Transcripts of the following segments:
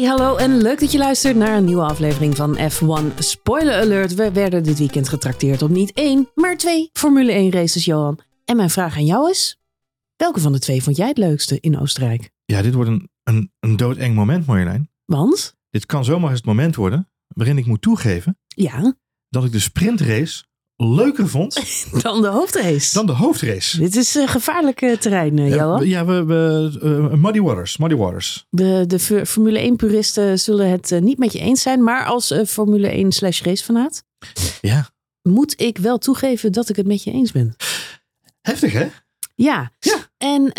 hallo en leuk dat je luistert naar een nieuwe aflevering van F1 Spoiler Alert. We werden dit weekend getrakteerd op niet 1, maar 2 Formule 1 races, Johan. En mijn vraag aan jou is, welke van de 2 vond jij het leukste in Oostenrijk? Ja, dit wordt een doodeng moment, Marjolein. Want? Dit kan zomaar eens het moment worden waarin ik moet toegeven dat ik de sprintrace leuker vond dan de hoofdrace. Dit is gevaarlijk terrein, Johan. Ja, muddy waters. De Formule 1 puristen zullen het niet met je eens zijn, maar als Formule 1 /racefanaat moet ik wel toegeven dat ik het met je eens ben. Heftig, hè? Ja. En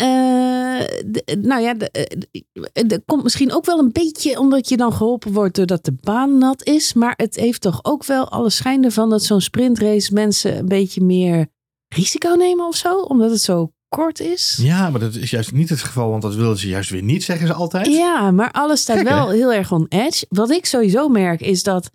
dat komt misschien ook wel een beetje omdat je dan geholpen wordt doordat de baan nat is. Maar het heeft toch ook wel alle schijn ervan dat zo'n sprintrace mensen een beetje meer risico nemen of zo. Omdat het zo kort is. Ja, maar dat is juist niet het geval, want dat willen ze juist weer niet, zeggen ze altijd. Ja, maar alles staat wel heel erg on edge. Wat ik sowieso merk is dat...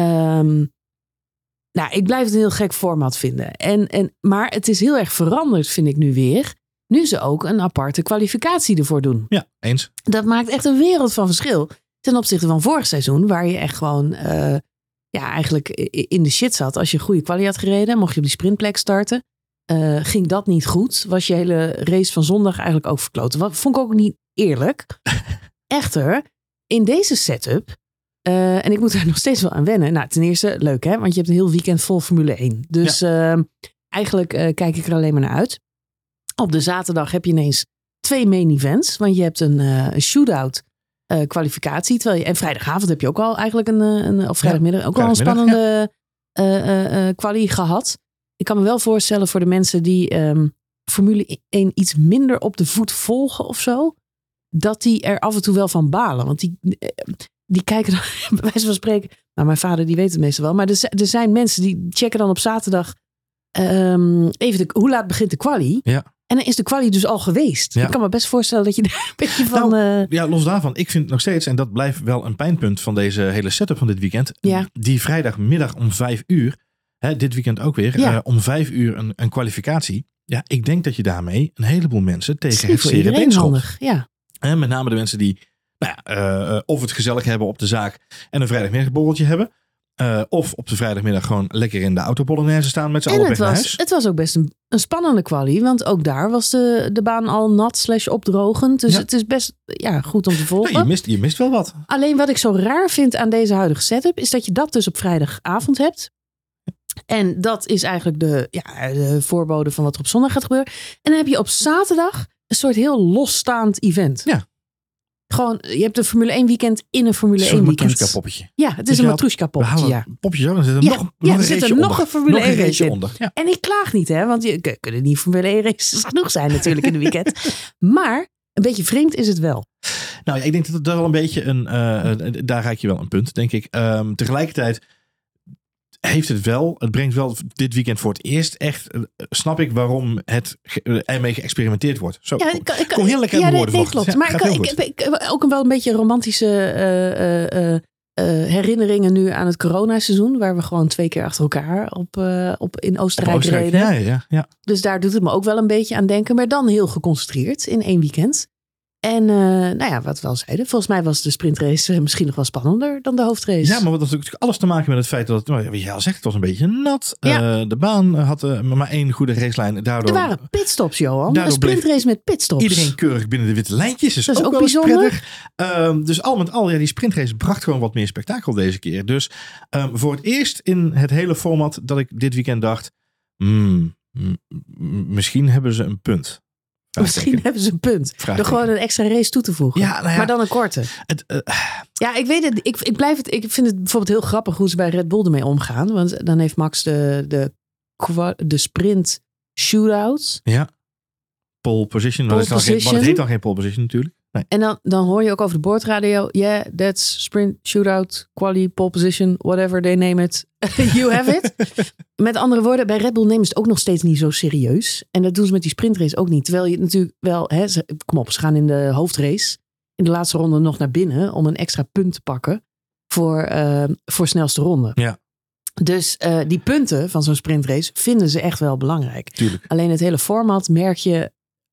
ik blijf het een heel gek format vinden. Maar het is heel erg veranderd, vind ik nu weer. Nu ze ook een aparte kwalificatie ervoor doen. Ja, eens. Dat maakt echt een wereld van verschil. Ten opzichte van vorig seizoen, waar je echt gewoon eigenlijk in de shit zat. Als je een goede kwalie had gereden, mocht je op die sprintplek starten. Ging dat niet goed, was je hele race van zondag eigenlijk ook verkloten. Wat vond ik ook niet eerlijk. Echter, in deze setup... en ik moet daar nog steeds wel aan wennen. Nou, ten eerste leuk, hè? Want je hebt een heel weekend vol Formule 1. Dus eigenlijk kijk ik er alleen maar naar uit. Op de zaterdag heb je ineens 2 main events. Want je hebt een shootout kwalificatie. En vrijdagavond heb je ook al eigenlijk of vrijdagmiddag ook al een spannende kwalie gehad. Ik kan me wel voorstellen voor de mensen die Formule 1 iets minder op de voet volgen of zo. Dat die er af en toe wel van balen. Want die kijken dan, bij wijze van spreken... Nou, mijn vader die weet het meestal wel. Maar er zijn mensen die checken dan op zaterdag... hoe laat begint de kwalie? Ja. En dan is de kwalie dus al geweest. Ja. Ik kan me best voorstellen dat je daar een beetje van... Ja, los daarvan. Ik vind nog steeds, en dat blijft wel een pijnpunt van deze hele setup van dit weekend. Ja. Die vrijdagmiddag om 5 uur, dit weekend ook weer, om 5 uur een kwalificatie. Ja, ik denk dat je daarmee een heleboel mensen tegen het zere been schopt. Ja. En met name de mensen die of het gezellig hebben op de zaak en een vrijdagmiddagborreltje hebben. Of op de vrijdagmiddag gewoon lekker in de autopolonaise staan met z'n allen op weg naar huis. Het was ook best een spannende kwalie. Want ook daar was de baan al nat / opdrogend. Dus het is best goed om te volgen. Ja, je mist wel wat. Alleen wat ik zo raar vind aan deze huidige setup... is dat je dat dus op vrijdagavond hebt. En dat is eigenlijk de voorbode van wat er op zondag gaat gebeuren. En dan heb je op zaterdag een soort heel losstaand event. Ja. Gewoon, je hebt een Formule 1 weekend in een Formule 1 weekend. Een Matrushka-poppetje. Ja, het is een Matrushka-poppetje. Ja. Popje zo, dan zit er nog een Formule 1 race onder. Ja. En ik klaag niet, hè, want je kunnen niet Formule 1 races genoeg zijn natuurlijk in de weekend. Maar een beetje vreemd is het wel. Nou ja, ik denk dat dat wel een beetje daar raak je wel een punt, denk ik. Tegelijkertijd heeft het brengt wel dit weekend voor het eerst echt, snap ik waarom ermee geëxperimenteerd wordt. Zo, kom heel lekker aan de woorden klopt. Ja, maar ik ook wel een beetje romantische herinneringen nu aan het coronaseizoen, waar we gewoon 2 keer achter elkaar in Oostenrijk reden. Ja. Dus daar doet het me ook wel een beetje aan denken, maar dan heel geconcentreerd in 1 weekend. En wat we al zeiden, volgens mij was de sprintrace misschien nog wel spannender dan de hoofdrace. Ja, maar wat had natuurlijk alles te maken met het feit dat wat je al zegt, het was een beetje nat. Ja. De baan had maar 1 goede racelijn. Er waren pitstops, Johan. Een sprintrace met pitstops. Iedereen keurig binnen de witte lijntjes. Dus dat is ook wel bijzonder. Dus al met al, die sprintrace bracht gewoon wat meer spektakel deze keer. Dus voor het eerst in het hele format dat ik dit weekend dacht, misschien hebben ze een punt. Misschien hebben ze een punt. Door gewoon een extra race toe te voegen. Ja, maar dan een korte. Ik weet het. Ik vind het bijvoorbeeld heel grappig hoe ze bij Red Bull ermee omgaan. Want dan heeft Max de sprint shootouts. Ja. Pole position. Maar het heet dan geen pole position natuurlijk. Nee. En dan hoor je ook over de boordradio. Yeah, that's sprint, shootout, quali, pole position, whatever they name it. You have it. Met andere woorden, bij Red Bull nemen ze het ook nog steeds niet zo serieus. En dat doen ze met die sprintrace ook niet. Terwijl je natuurlijk wel, ze gaan in de hoofdrace in de laatste ronde nog naar binnen om een extra punt te pakken voor snelste ronde. Ja. Dus die punten van zo'n sprintrace vinden ze echt wel belangrijk. Tuurlijk. Alleen het hele format merk je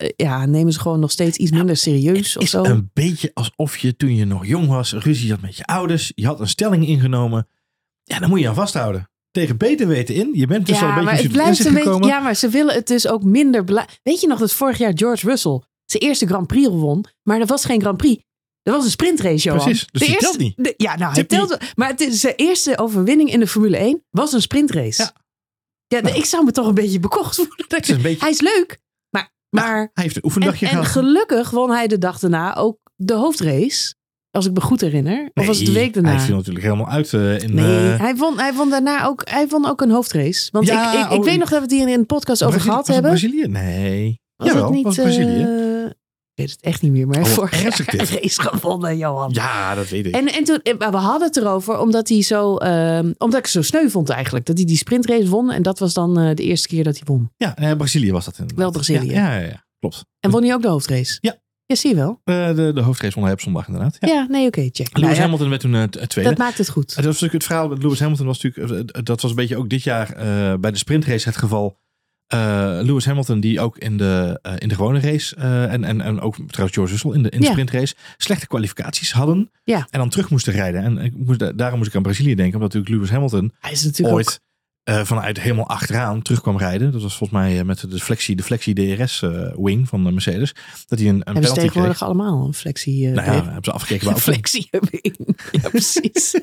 nemen ze gewoon nog steeds iets minder serieus of is zo. Een beetje alsof je toen je nog jong was, ruzie had met je ouders. Je had een stelling ingenomen. Ja, dan moet je aan vasthouden. Tegen beter weten in. Je bent dus al een beetje maar het gekomen. Ja, maar ze willen het dus ook minder... Weet je nog dat vorig jaar George Russell zijn eerste Grand Prix won? Maar dat was geen Grand Prix. Dat was een sprintrace, Johan. Precies, dus die telt niet. Hij telt. Maar zijn eerste overwinning in de Formule 1 was een sprintrace. Ja, ik zou me toch een beetje bekocht voelen. Hij is leuk. Maar hij heeft een oefendagje gehad. En gelukkig won hij de dag daarna ook de hoofdrace. Als ik me goed herinner. Of was het de week daarna? Hij viel natuurlijk helemaal uit. Hij won daarna ook, ook een hoofdrace. Want ik weet nog dat we het hier in de podcast over gehad hebben. Brazilië? Nee. Was het niet Brazilië? Ik weet het echt niet meer. Maar vorig jaar een race gewonnen, Johan. Ja, dat weet ik. En toen, we hadden het erover omdat hij omdat ik zo sneu vond eigenlijk. Dat hij die sprintrace won. En dat was dan de eerste keer dat hij won. Ja, Brazilië was dat inderdaad. Wel Brazilië. Ja, klopt. En won hij ook de hoofdrace? Ja. Ja, zie je wel. De hoofdrace won hij op zondag inderdaad. Ja, nee, oké, check. Lewis Hamilton werd toen tweede. Dat maakt het goed. Dat was natuurlijk het verhaal met Lewis Hamilton. Dat was een beetje ook dit jaar bij de sprintrace het geval. Lewis Hamilton die ook in de gewone race en ook trouwens George Russell in de sprintrace slechte kwalificaties hadden en dan terug moesten rijden. En daarom moest ik aan Brazilië denken, omdat natuurlijk Lewis Hamilton hij is natuurlijk ooit vanuit helemaal achteraan terug kwam rijden. Dat was volgens mij met de Flexi DRS wing van de Mercedes. Dat hij een penalty kreeg. Tegenwoordig allemaal een Flexi. Hebben ze afgekeken bij Flexi wing. Ja, precies.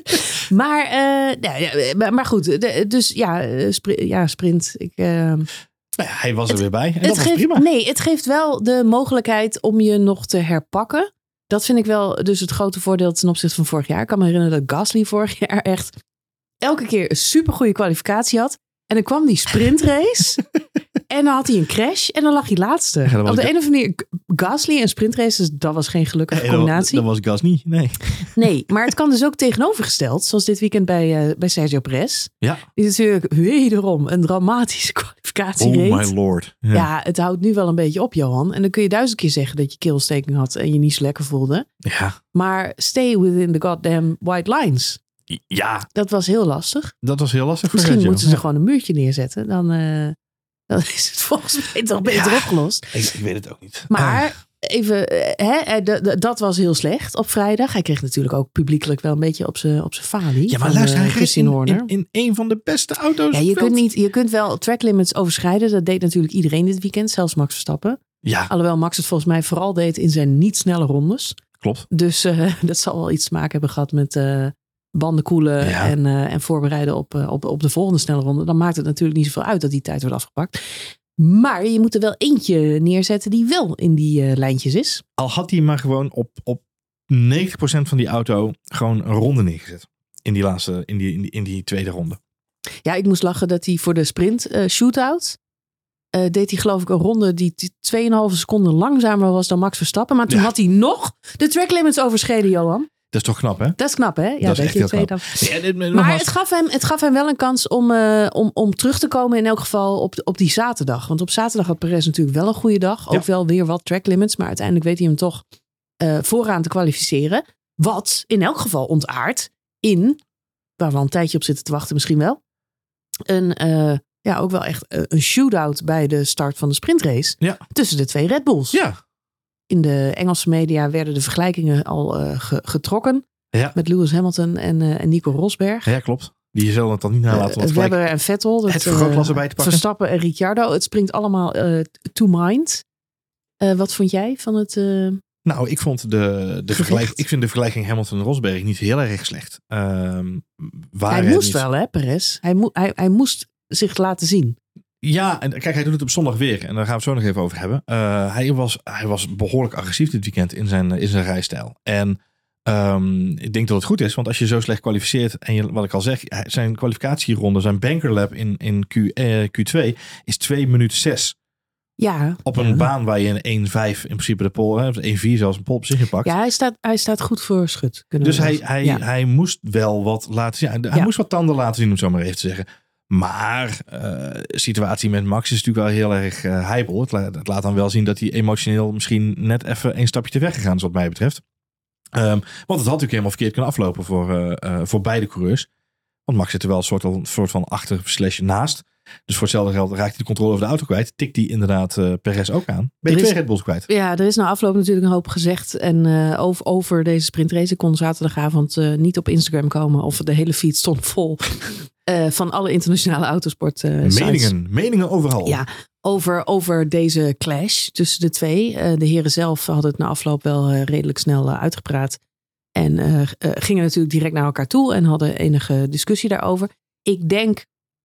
maar goed, dus sprint. Hij was er weer bij en dat was prima. Nee, het geeft wel de mogelijkheid om je nog te herpakken. Dat vind ik wel dus het grote voordeel ten opzichte van vorig jaar. Ik kan me herinneren dat Gasly vorig jaar echt elke keer een supergoeie kwalificatie had. En dan kwam die sprintrace en dan had hij een crash en dan lag hij laatste. Ja, op de een of andere manier, Gasly en sprintraces, dat was geen gelukkige combinatie. Dat was Gasly, nee. Nee, maar het kan dus ook tegenovergesteld. Zoals dit weekend bij Sergio Perez. Ja. Die natuurlijk wederom een dramatische kwalificatie reed. Oh my lord. Ja, het houdt nu wel een beetje op, Johan. En dan kun je 1000 keer zeggen dat je keelsteking had en je niet zo lekker voelde. Ja. Maar stay within the goddamn white lines. Ja. Dat was heel lastig. Misschien moeten ze gewoon een muurtje neerzetten. Dan is het volgens mij toch beter opgelost. Ik weet het ook niet. Maar even, dat was heel slecht op vrijdag. Hij kreeg natuurlijk ook publiekelijk wel een beetje op zijn falie. Ja, maar luister, hij reed in een van de beste auto's. Ja, je kunt wel track limits overschrijden. Dat deed natuurlijk iedereen dit weekend. Zelfs Max Verstappen. Ja. Alhoewel Max het volgens mij vooral deed in zijn niet snelle rondes. Klopt. Dus dat zal wel iets te maken hebben gehad met banden koelen en voorbereiden op de volgende snelle ronde. Dan maakt het natuurlijk niet zoveel uit dat die tijd wordt afgepakt. Maar je moet er wel eentje neerzetten die wel in die lijntjes is. Al had hij maar gewoon op 90% van die auto gewoon een ronde neergezet. In die laatste, in die tweede ronde. Ja, ik moest lachen dat hij voor de sprint shootout deed hij geloof ik een ronde die 2,5 seconden langzamer was dan Max Verstappen. Maar toen had hij nog de track limits overschreden, Johan. Dat is toch knap, hè? Dat is knap, hè? Ja, dat is echt heel knap. Maar het gaf hem wel een kans om terug te komen in elk geval op die zaterdag. Want op zaterdag had Perez natuurlijk wel een goede dag. Ook wel weer wat track limits. Maar uiteindelijk weet hij hem toch vooraan te kwalificeren. Wat in elk geval ontaardt in, waar we al een tijdje op zitten te wachten misschien wel, ook wel echt een shootout bij de start van de sprintrace. Tussen de twee Red Bulls. Ja. In de Engelse media werden de vergelijkingen al getrokken. Ja. Met Lewis Hamilton en Nico Rosberg. Ja, klopt. Die zullen het dan niet nalaten. Webber en Vettel. Het vergrootglas erbij te pakken. Verstappen en Ricciardo. Het springt allemaal to mind. Wat vond jij van het Nou, ik vond de vergelijking Hamilton en Rosberg niet heel erg slecht. Hij moest wel, hè, Perez? Hij moest zich laten zien. Ja, en kijk, hij doet het op zondag weer. En daar gaan we het zo nog even over hebben. Hij was behoorlijk agressief dit weekend in zijn rijstijl. En ik denk dat het goed is. Want als je zo slecht kwalificeert. En wat ik al zeg. Zijn kwalificatieronde, zijn bankerlap in Q2 is 2 minuten 6. Ja. Op een baan waar je een 1.5 in principe de pole, 1.4 zelfs een pole op zich pakt. Ja, hij staat goed voor schut. Dus hij moest wel wat laten zien. Hij moest wat tanden laten zien, om het zo maar even te zeggen. Maar de situatie met Max is natuurlijk wel heel erg heibel. Het laat dan wel zien dat hij emotioneel misschien net even een stapje te ver gegaan is wat mij betreft. Want het had natuurlijk helemaal verkeerd kunnen aflopen voor beide coureurs. Want Max zit er wel een soort van achter / naast. Dus voor hetzelfde geld raakt hij de controle over de auto kwijt. Tikt hij inderdaad Perez ook aan. Ben je 2 Red Bulls kwijt. Ja, er is na afloop natuurlijk een hoop gezegd. En over deze sprintrace. Ik kon zaterdagavond niet op Instagram komen. Of de hele feed stond vol van alle internationale autosport Meningen overal. Ja, over deze clash tussen de twee. De heren zelf hadden het na afloop wel redelijk snel uitgepraat. En gingen natuurlijk direct naar elkaar toe. En hadden enige discussie daarover. Ik denk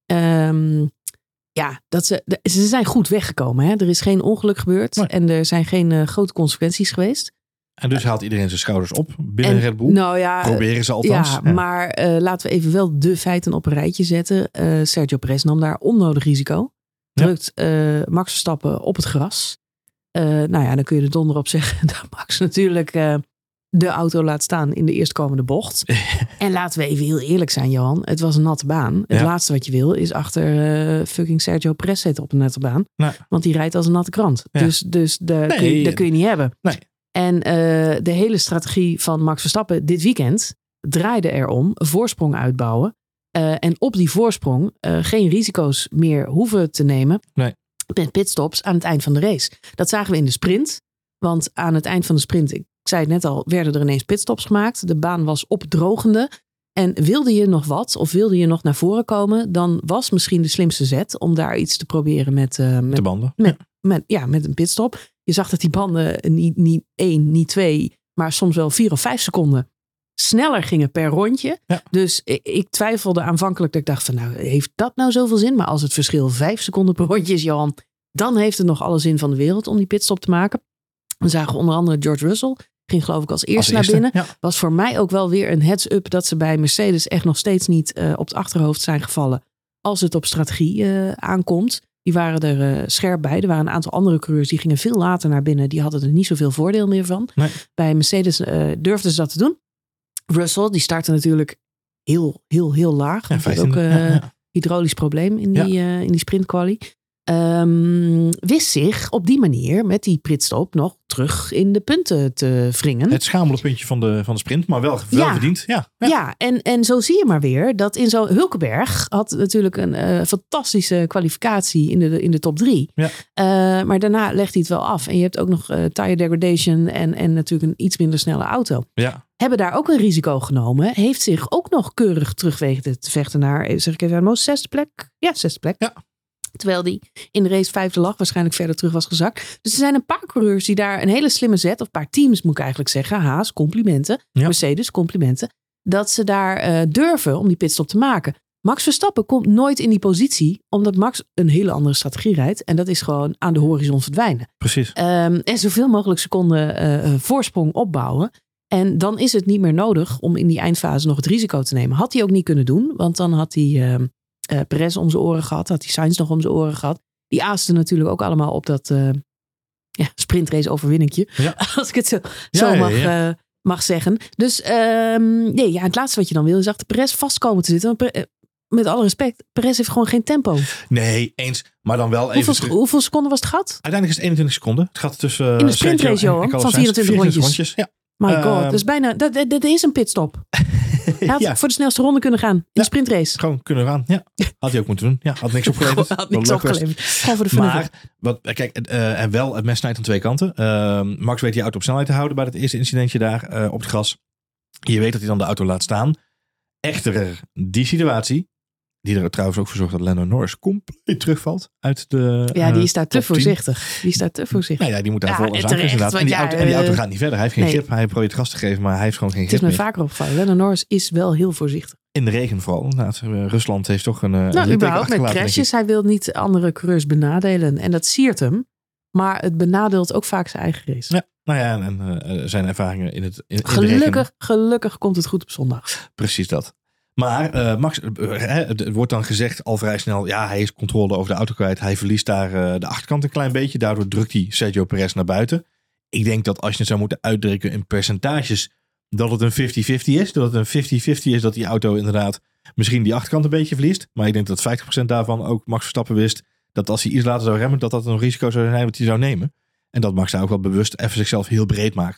dat ze zijn goed weggekomen. Hè? Er is geen ongeluk gebeurd. Nee. En er zijn geen grote consequenties geweest. En dus haalt iedereen zijn schouders op binnen Red Bull. Nou ja, proberen ze althans. Ja, maar laten we even wel de feiten op een rijtje zetten. Sergio Perez nam daar onnodig risico. Drukt Max Verstappen op het gras. Dan kun je er donder op zeggen dat Max natuurlijk de auto laat staan in de eerstkomende bocht. En laten we even heel eerlijk zijn, Johan. Het was een natte baan. Het laatste wat je wil is achter fucking Sergio Perez zitten op een natte baan. Nee. Want die rijdt als een natte krant. Ja. Dus dat kun je niet hebben. Nee. En de hele strategie van Max Verstappen dit weekend draaide erom voorsprong uitbouwen. En op die voorsprong geen risico's meer hoeven te nemen. Nee. Met pitstops aan het eind van de race. Dat zagen we in de sprint. Want aan het eind van de sprint, ik zei het net al, werden er ineens pitstops gemaakt. De baan was opdrogende. En wilde je nog wat of wilde je nog naar voren komen, dan was misschien de slimste zet om daar iets te proberen met de banden. Met een pitstop. Je zag dat die banden niet 1, niet 2, maar soms wel 4 of 5 seconden sneller gingen per rondje. Ja. Dus ik twijfelde aanvankelijk dat ik dacht van heeft dat nou zoveel zin? Maar als het verschil 5 seconden per rondje is, Johan, dan heeft het nog alle zin van de wereld om die pitstop te maken. We zagen onder andere George Russell. Ging geloof ik als eerste naar binnen. Ja. Was voor mij ook wel weer een heads-up dat ze bij Mercedes echt nog steeds niet op het achterhoofd zijn gevallen. Als het op strategie aankomt. Die waren er scherp bij. Er waren een aantal andere coureurs die gingen veel later naar binnen. Die hadden er niet zoveel voordeel meer van. Nee. Bij Mercedes durfden ze dat te doen. Russell, die startte natuurlijk heel laag. Want hij had ook hydraulisch probleem in die sprintquali. Wist zich op die manier met die pitstop nog terug in de punten te wringen. Het schamele puntje van de sprint, maar wel verdiend. Ja, en zo zie je maar weer dat in zo'n Hulkenberg had natuurlijk een fantastische kwalificatie in de top 3. Ja. Maar daarna legt hij het wel af. En je hebt ook nog tire degradation en natuurlijk een iets minder snelle auto. Ja. Hebben daar ook een risico genomen. Heeft zich ook nog keurig terug weten te vechten naar, zeg ik even, zesde plek. Ja, zesde plek. Ja. Terwijl die in de race 5e lag, waarschijnlijk verder terug was gezakt. Dus er zijn een paar coureurs die daar een hele slimme zet, of een paar teams moet ik eigenlijk zeggen. Haas, complimenten. Ja. Mercedes, complimenten. Dat ze daar durven om die pitstop te maken. Max Verstappen komt nooit in die positie, omdat Max een hele andere strategie rijdt. En dat is gewoon aan de horizon verdwijnen. Precies. En zoveel mogelijk seconden voorsprong opbouwen. En dan is het niet meer nodig om in die eindfase nog het risico te nemen. Had hij ook niet kunnen doen, want dan had hij Perez om zijn oren gehad. Had hij Sainz nog om zijn oren gehad. Die aasten natuurlijk ook allemaal op dat sprintrace overwinningje. Ja. Als ik het zo mag zeggen. Dus het laatste wat je dan wil is achter Perez vast komen te zitten. Met alle respect, Perez heeft gewoon geen tempo. Nee, eens. Maar dan wel even... Hoeveel seconden was het gat? Uiteindelijk is het 21 seconden. Het gaat tussen... in de sprintrace, Johan, van 24 rondjes. Ja. My god, dat is bijna... Dat is een pitstop. Hij had voor de snelste ronde kunnen gaan. In de sprintrace. Gewoon kunnen gaan. Ja. Had hij ook moeten doen. Ja, had niks opgeleverd. Gewoon voor de fun. Maar, en wel, het mes snijdt aan twee kanten. Max weet die auto op snelheid te houden bij het eerste incidentje daar op het gras. Je weet dat hij dan de auto laat staan. Echter, die situatie, die er trouwens ook voor zorgt dat Lando Norris compleet terugvalt uit de die is daar te voorzichtig. Nou ja, die moet daar vol aan zaken inderdaad. En die auto gaat niet verder. Hij heeft geen grip. Hij probeert gas te geven, maar hij heeft gewoon geen grip meer. Het is me vaker opgevallen. Lando Norris is wel heel voorzichtig. In de regen vooral. Rusland heeft toch een überhaupt met crashes. Hij wil niet andere coureurs benadelen. En dat siert hem. Maar het benadeelt ook vaak zijn eigen race. Ja. Nou ja, en zijn ervaringen in de regen. Gelukkig komt het goed op zondag. Precies dat. Maar Max, het wordt dan gezegd al vrij snel, hij is controle over de auto kwijt. Hij verliest daar de achterkant een klein beetje. Daardoor drukt hij Sergio Perez naar buiten. Ik denk dat als je het zou moeten uitdrukken in percentages, dat het een 50-50 is. Dat het een 50-50 is dat die auto inderdaad misschien die achterkant een beetje verliest. Maar ik denk dat 50% daarvan ook Max Verstappen wist dat als hij iets later zou remmen, dat een risico zou zijn wat hij zou nemen. En dat Max daar ook wel bewust even zichzelf heel breed maakt.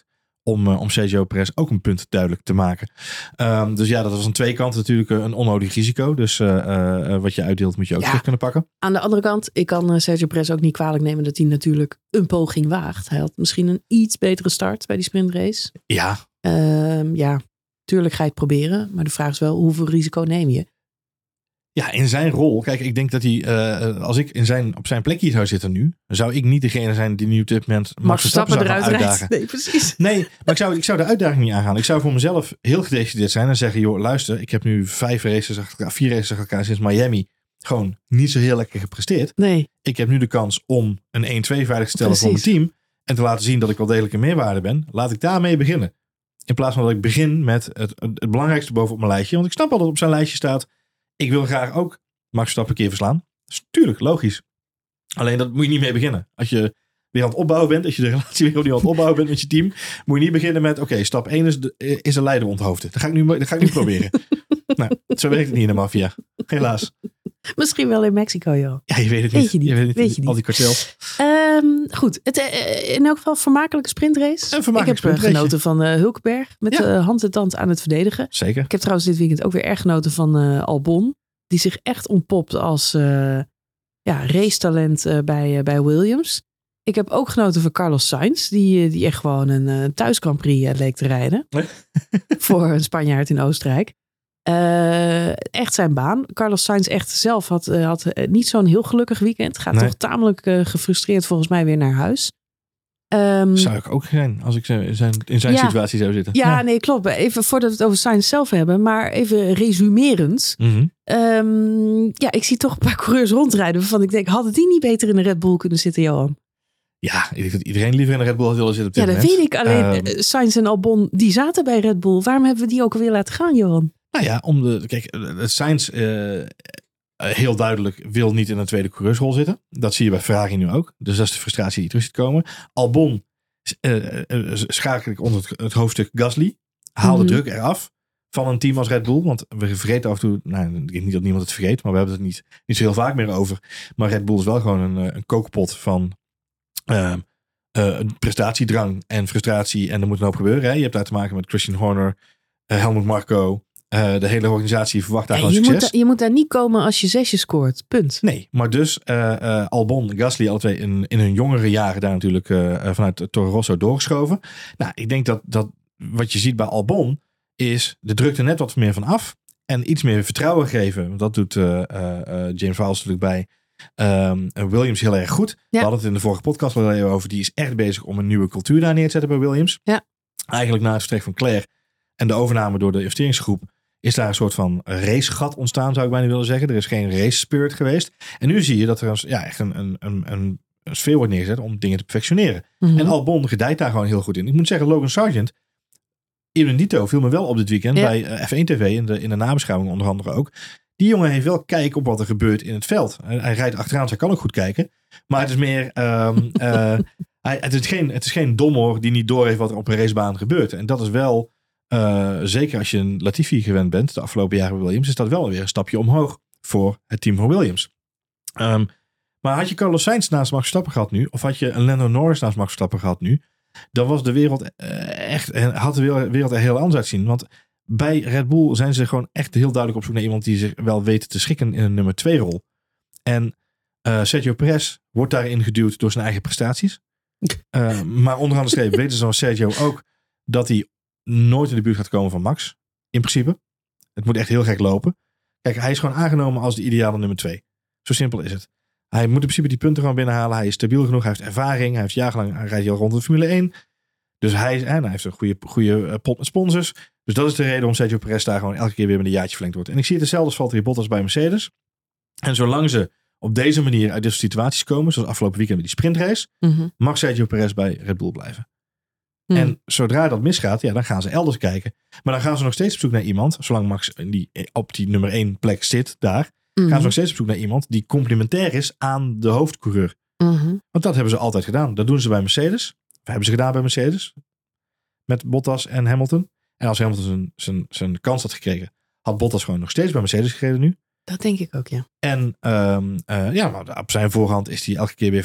om Sergio Perez ook een punt duidelijk te maken. Dus ja, dat was aan twee kanten natuurlijk een onnodig risico. Dus wat je uitdeelt moet je ook terug kunnen pakken. Aan de andere kant, ik kan Sergio Perez ook niet kwalijk nemen dat hij natuurlijk een poging waagt. Hij had misschien een iets betere start bij die sprintrace. Ja. Tuurlijk ga je het proberen. Maar de vraag is wel, hoeveel risico neem je? Ja, in zijn rol. Kijk, ik denk dat hij, als ik op zijn plekje zou zitten nu, zou ik niet degene zijn die nu op dit moment Max Verstappen zou gaan uitdagen. Nee, precies. Nee, maar ik zou de uitdaging niet aangaan. Ik zou voor mezelf heel gedecideerd zijn en zeggen, joh, luister, ik heb nu 4 races achter elkaar sinds Miami gewoon niet zo heel lekker gepresteerd. Nee. Ik heb nu de kans om een 1-2 veilig te stellen voor mijn team en te laten zien dat ik wel degelijk een meerwaarde ben. Laat ik daarmee beginnen. In plaats van dat ik begin met het belangrijkste bovenop mijn lijstje. Want ik snap al dat op zijn lijstje staat, ik wil graag ook Max Verstappen een keer verslaan. Dat is natuurlijk logisch. Alleen dat moet je niet mee beginnen. Als je weer aan het opbouwen bent, als je de relatie weer opnieuw aan het opbouwen bent met je team, moet je niet beginnen met, oké, stap 1 is een leider onthoofden. Dat ga ik nu proberen. Nou, zo werkt het niet in de maffia. Helaas. Misschien wel in Mexico, joh. Ja, je weet het niet. Weet je niet. Al die kartels. Goed, in elk geval een vermakelijke sprintrace. Ik heb genoten van Hulkenberg met hand en tand aan het verdedigen. Zeker. Ik heb trouwens dit weekend ook weer erg genoten van Albon. Die zich echt ontpopt als racetalent bij Williams. Ik heb ook genoten van Carlos Sainz. Die echt gewoon een thuis Grand Prix leek te rijden. Voor een Spanjaard in Oostenrijk. Echt zijn baan. Carlos Sainz echt zelf had niet zo'n heel gelukkig weekend. Gaat toch tamelijk gefrustreerd volgens mij weer naar huis. Zou ik ook zijn als ik in zijn situatie zou zitten. Ja, nee, klopt. Even voordat we het over Sainz zelf hebben. Maar even resumerend. Mm-hmm. Ik zie toch een paar coureurs rondrijden waarvan ik denk, hadden die niet beter in de Red Bull kunnen zitten, Johan? Ja, ik denk dat iedereen liever in de Red Bull had willen zitten op dit moment. Dat weet ik. Alleen Sainz en Albon, die zaten bij Red Bull. Waarom hebben we die ook weer laten gaan, Johan? Nou ja, Sainz heel duidelijk wil niet in een tweede coureursrol zitten. Dat zie je bij Ferrari nu ook. Dus dat is de frustratie die terug ziet komen. Albon schakel ik onder het hoofdstuk Gasly. Haal de druk eraf van een team als Red Bull. Want we vergeten af en toe, ik denk niet dat niemand het vergeet, maar we hebben het niet zo heel vaak meer over. Maar Red Bull is wel gewoon een kookpot van prestatiedrang en frustratie. En er moet een hoop gebeuren. Hè? Je hebt daar te maken met Christian Horner, Helmut Marko. De hele organisatie verwacht daar gewoon succes. Je moet daar niet komen als je 6 scoort. Punt. Nee, maar dus Albon en Gasly alle twee in hun jongere jaren daar natuurlijk vanuit Toro Rosso doorgeschoven. Nou, ik denk dat wat je ziet bij Albon is de druk er net wat meer van af. En iets meer vertrouwen geven. Dat doet James Vowles natuurlijk bij Williams heel erg goed. Ja. We hadden het in de vorige podcast al even over. Die is echt bezig om een nieuwe cultuur daar neer te zetten bij Williams. Ja. Eigenlijk na het vertrek van Claire en de overname door de investeringsgroep is daar een soort van racegat ontstaan, zou ik bijna willen zeggen. Er is geen race spirit geweest. En nu zie je dat er echt een sfeer wordt neergezet om dingen te perfectioneren. Mm-hmm. En Albon gedijt daar gewoon heel goed in. Ik moet zeggen, Logan Sargent, Ibn Dito viel me wel op dit weekend bij F1 TV in de nabeschouwing onder andere ook. Die jongen heeft wel kijk op wat er gebeurt in het veld. Hij rijdt achteraan, hij kan ook goed kijken. Maar het is meer het is geen dommer die niet doorheeft wat er op een racebaan gebeurt. En dat is wel zeker als je een Latifi gewend bent de afgelopen jaren bij Williams, is dat wel weer een stapje omhoog voor het team van Williams. Maar had je Carlos Sainz naast Max Verstappen gehad nu, of had je een Lando Norris naast Max Verstappen gehad nu, dan was de wereld had de wereld er heel anders uitzien. Want bij Red Bull zijn ze gewoon echt heel duidelijk op zoek naar iemand die zich wel weet te schikken in een nummer 2 rol. En Sergio Perez wordt daarin geduwd door zijn eigen prestaties. Maar onderaan de streep weten ze van Sergio ook dat hij nooit in de buurt gaat komen van Max. In principe. Het moet echt heel gek lopen. Kijk, hij is gewoon aangenomen als de ideale nummer 2. Zo simpel is het. Hij moet in principe die punten gewoon binnenhalen. Hij is stabiel genoeg. Hij heeft ervaring. Hij heeft jarenlang rijdt hij al rond de Formule 1. Dus hij heeft een goede pot met sponsors. Dus dat is de reden om Sergio Perez daar gewoon elke keer weer met een jaartje verlengd wordt. En ik zie het hetzelfde als Valtteri Bottas bij Mercedes. En zolang ze op deze manier uit deze situaties komen, zoals afgelopen weekend met die sprintrace, mag Sergio Perez bij Red Bull blijven. En zodra dat misgaat, dan gaan ze elders kijken. Maar dan gaan ze nog steeds op zoek naar iemand, zolang Max op die nummer 1 plek zit daar, gaan ze nog steeds op zoek naar iemand die complementair is aan de hoofdcoureur. Want dat hebben ze altijd gedaan. Dat doen ze bij Mercedes. Of hebben ze gedaan bij Mercedes. Met Bottas en Hamilton. En als Hamilton zijn kans had gekregen, had Bottas gewoon nog steeds bij Mercedes gereden nu. Dat denk ik ook, ja. En maar op zijn voorhand is hij elke keer weer verlengd.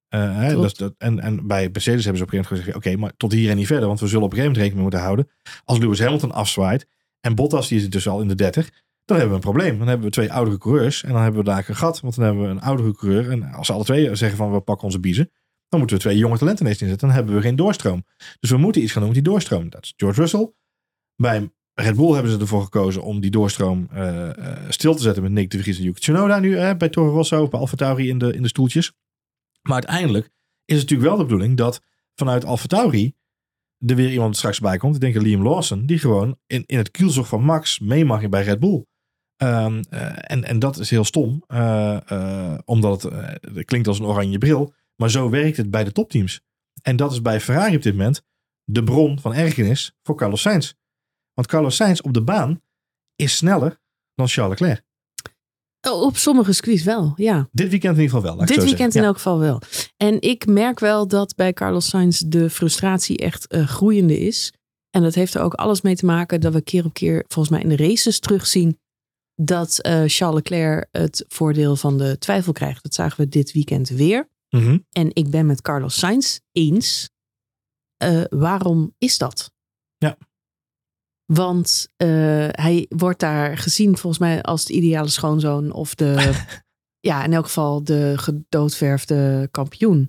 En bij Mercedes hebben ze op een gegeven moment gezegd, oké, maar tot hier en niet verder, want we zullen op een gegeven moment rekening mee moeten houden. Als Lewis Hamilton afzwaait en Bottas, die is dus al in de 30, dan hebben we een probleem. Dan hebben we 2 oudere coureurs en dan hebben we daar een gat, want dan hebben we een oudere coureur. En als ze alle 2 zeggen van we pakken onze biezen, dan moeten we 2 jonge talenten ineens inzetten. Dan hebben we geen doorstroom. Dus we moeten iets gaan doen met die doorstroom. Dat is George Russell. Bij Red Bull hebben ze ervoor gekozen om die doorstroom stil te zetten met Nick de Vries en Yuki Tsunoda nu bij Toro Rosso, bij AlphaTauri in de stoeltjes. Maar uiteindelijk is het natuurlijk wel de bedoeling dat vanuit AlphaTauri er weer iemand straks bij komt. Ik denk aan Liam Lawson, die gewoon in het kielzog van Max mee mag bij Red Bull. En dat is heel stom, omdat het klinkt als een oranje bril. Maar zo werkt het bij de topteams. En dat is bij Ferrari op dit moment de bron van ergernis voor Carlos Sainz. Want Carlos Sainz op de baan is sneller dan Charles Leclerc. Op sommige circuits wel, ja. Dit weekend in ieder geval wel. Dit weekend in elk geval wel. En ik merk wel dat bij Carlos Sainz de frustratie echt groeiende is. En dat heeft er ook alles mee te maken dat we keer op keer volgens mij in de races terugzien dat Charles Leclerc het voordeel van de twijfel krijgt. Dat zagen we dit weekend weer. Mm-hmm. En ik ben met Carlos Sainz eens. Waarom is dat? Ja. Want hij wordt daar gezien volgens mij als de ideale schoonzoon of de, ja, in elk geval de gedoodverfde kampioen.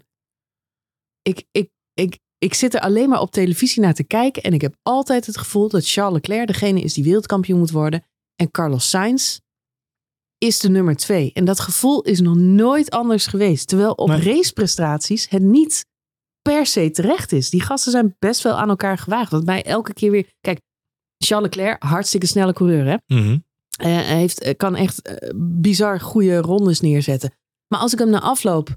Ik zit er alleen maar op televisie naar te kijken en ik heb altijd het gevoel dat Charles Leclerc degene is die wereldkampioen moet worden en Carlos Sainz is de nummer 2. En dat gevoel is nog nooit anders geweest. Terwijl op raceprestaties het niet per se terecht is. Die gasten zijn best wel aan elkaar gewaagd. Want mij elke keer weer... Kijk, Charles Leclerc, hartstikke snelle coureur, hè? Mm-hmm. Hij kan echt bizar goede rondes neerzetten. Maar als ik hem na afloop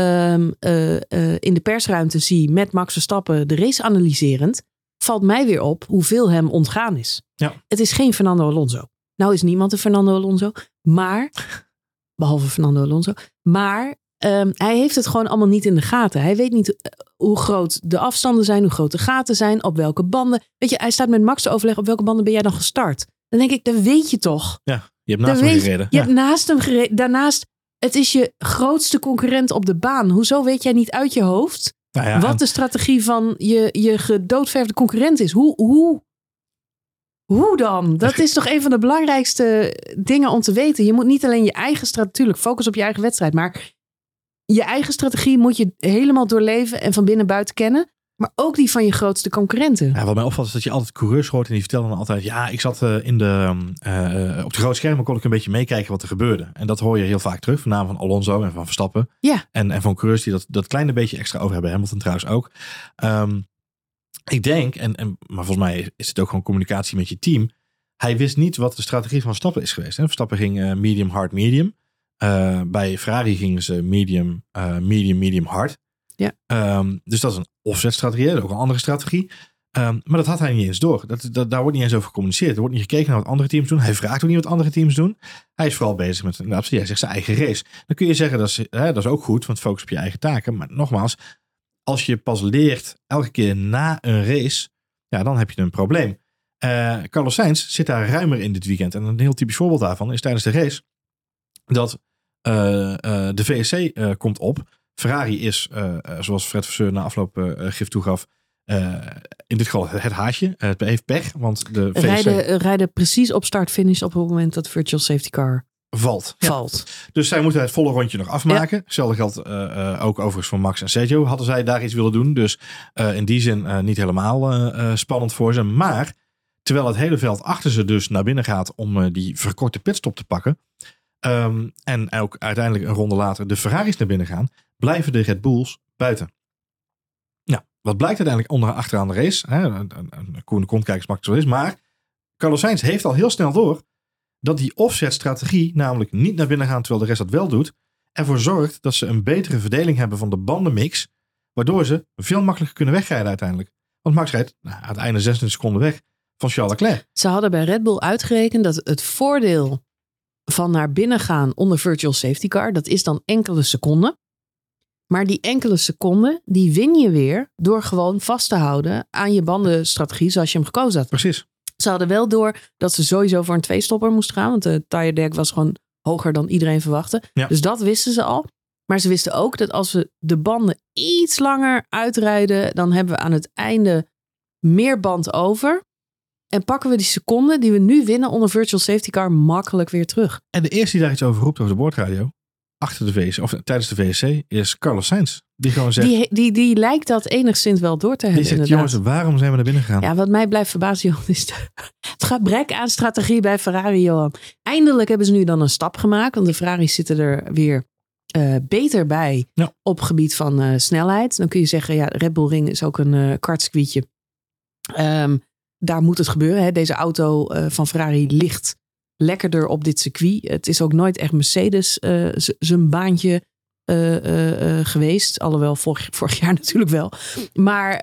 in de persruimte zie met Max Verstappen de race analyserend, valt mij weer op hoeveel hem ontgaan is. Ja. Het is geen Fernando Alonso. Nou is niemand een Fernando Alonso, maar behalve Fernando Alonso, maar hij heeft het gewoon allemaal niet in de gaten. Hij weet niet hoe groot de afstanden zijn, hoe groot de gaten zijn, op welke banden. Weet je, hij staat met Max te overleggen, op welke banden ben jij dan gestart? Dan denk ik, dat weet je toch? Ja, je hebt naast hem gereden. Je hebt naast hem gereden. Daarnaast, het is je grootste concurrent op de baan. Hoezo weet jij niet uit je hoofd wat de strategie van je gedoodverfde concurrent is? Hoe dan? Dat is toch een van de belangrijkste dingen om te weten. Je moet niet alleen je eigen strategie, natuurlijk focus op je eigen wedstrijd, maar je eigen strategie moet je helemaal doorleven en van binnen buiten kennen. Maar ook die van je grootste concurrenten. Ja, wat mij opvalt is dat je altijd coureurs hoort en die vertellen dan altijd, ja, ik zat op de grote schermen kon ik een beetje meekijken wat er gebeurde. En dat hoor je heel vaak terug, van van Alonso en van Verstappen. Ja. En van coureurs die dat kleine beetje extra over hebben. Hamilton trouwens ook. Ik denk, maar volgens mij is het ook gewoon communicatie met je team. Hij wist niet wat de strategie van Verstappen is geweest. Hè? Verstappen ging medium, hard, medium. Bij Ferrari gingen ze medium, medium, hard. Ja. Dus dat is een offset-strategie, ook een andere strategie. Maar dat had hij niet eens door. Daar wordt niet eens over gecommuniceerd. Er wordt niet gekeken naar wat andere teams doen. Hij vraagt ook niet wat andere teams doen. Hij is vooral bezig met jij zegt zijn eigen race. Dan kun je zeggen, dat is ook goed, want focus op je eigen taken. Maar nogmaals, als je pas leert elke keer na een race, ja, dan heb je een probleem. Carlos Sainz zit daar ruimer in dit weekend. En een heel typisch voorbeeld daarvan is tijdens de race dat de VSC komt op. Ferrari is, zoals Fred Vasseur na afloop gif toegaf, in dit geval het haasje. Het heeft pech, want de VSC... Rijden precies op start-finish op het moment dat de virtual safety car valt. Ja. Dus zij moeten het volle rondje nog afmaken. Ja. Hetzelfde geldt ook overigens voor Max en Sergio. Hadden zij daar iets willen doen. Dus in die zin niet helemaal spannend voor ze. Maar terwijl het hele veld achter ze dus naar binnen gaat om die verkorte pitstop te pakken. En ook uiteindelijk een ronde later de Ferraris naar binnen gaan, blijven de Red Bulls buiten. Nou, wat blijkt uiteindelijk achteraan de race? Koen kon kijken, makkelijk zo is. Maar Carlos Sainz heeft al heel snel door dat die offset-strategie, namelijk niet naar binnen gaan terwijl de rest dat wel doet, ervoor zorgt dat ze een betere verdeling hebben van de bandenmix, waardoor ze veel makkelijker kunnen wegrijden uiteindelijk. Want Max rijdt aan het einde 26 seconden weg van Charles Leclerc. Ze hadden bij Red Bull uitgerekend dat het voordeel van naar binnen gaan onder virtual safety car, dat is dan enkele seconden. Maar die enkele seconden, die win je weer door gewoon vast te houden aan je bandenstrategie zoals je hem gekozen had. Precies. Ze hadden wel door dat ze sowieso voor een 2-stopper moesten gaan, want de tire deck was gewoon hoger dan iedereen verwachtte. Ja. Dus dat wisten ze al. Maar ze wisten ook dat als we de banden iets langer uitrijden, dan hebben we aan het einde meer band over. En pakken we die seconden die we nu winnen onder virtual safety car makkelijk weer terug. En de eerste die daar iets over roept over de boordradio, achter de VSC, of tijdens de VSC, is Carlos Sainz. Die gewoon zegt... Die lijkt dat enigszins wel door te hebben. Die zegt, jongens, waarom zijn we naar binnen gegaan? Ja, wat mij blijft verbazen, Johan, is het gebrek aan strategie bij Ferrari, Johan. Eindelijk hebben ze nu dan een stap gemaakt. Want de Ferraris zitten er weer beter bij op gebied van snelheid. Dan kun je zeggen, ja, Red Bull Ring is ook een kartcircuitje. Daar moet het gebeuren. Hè. Deze auto van Ferrari ligt lekkerder op dit circuit. Het is ook nooit echt Mercedes zijn baantje geweest. Alhoewel vorig jaar natuurlijk wel. Maar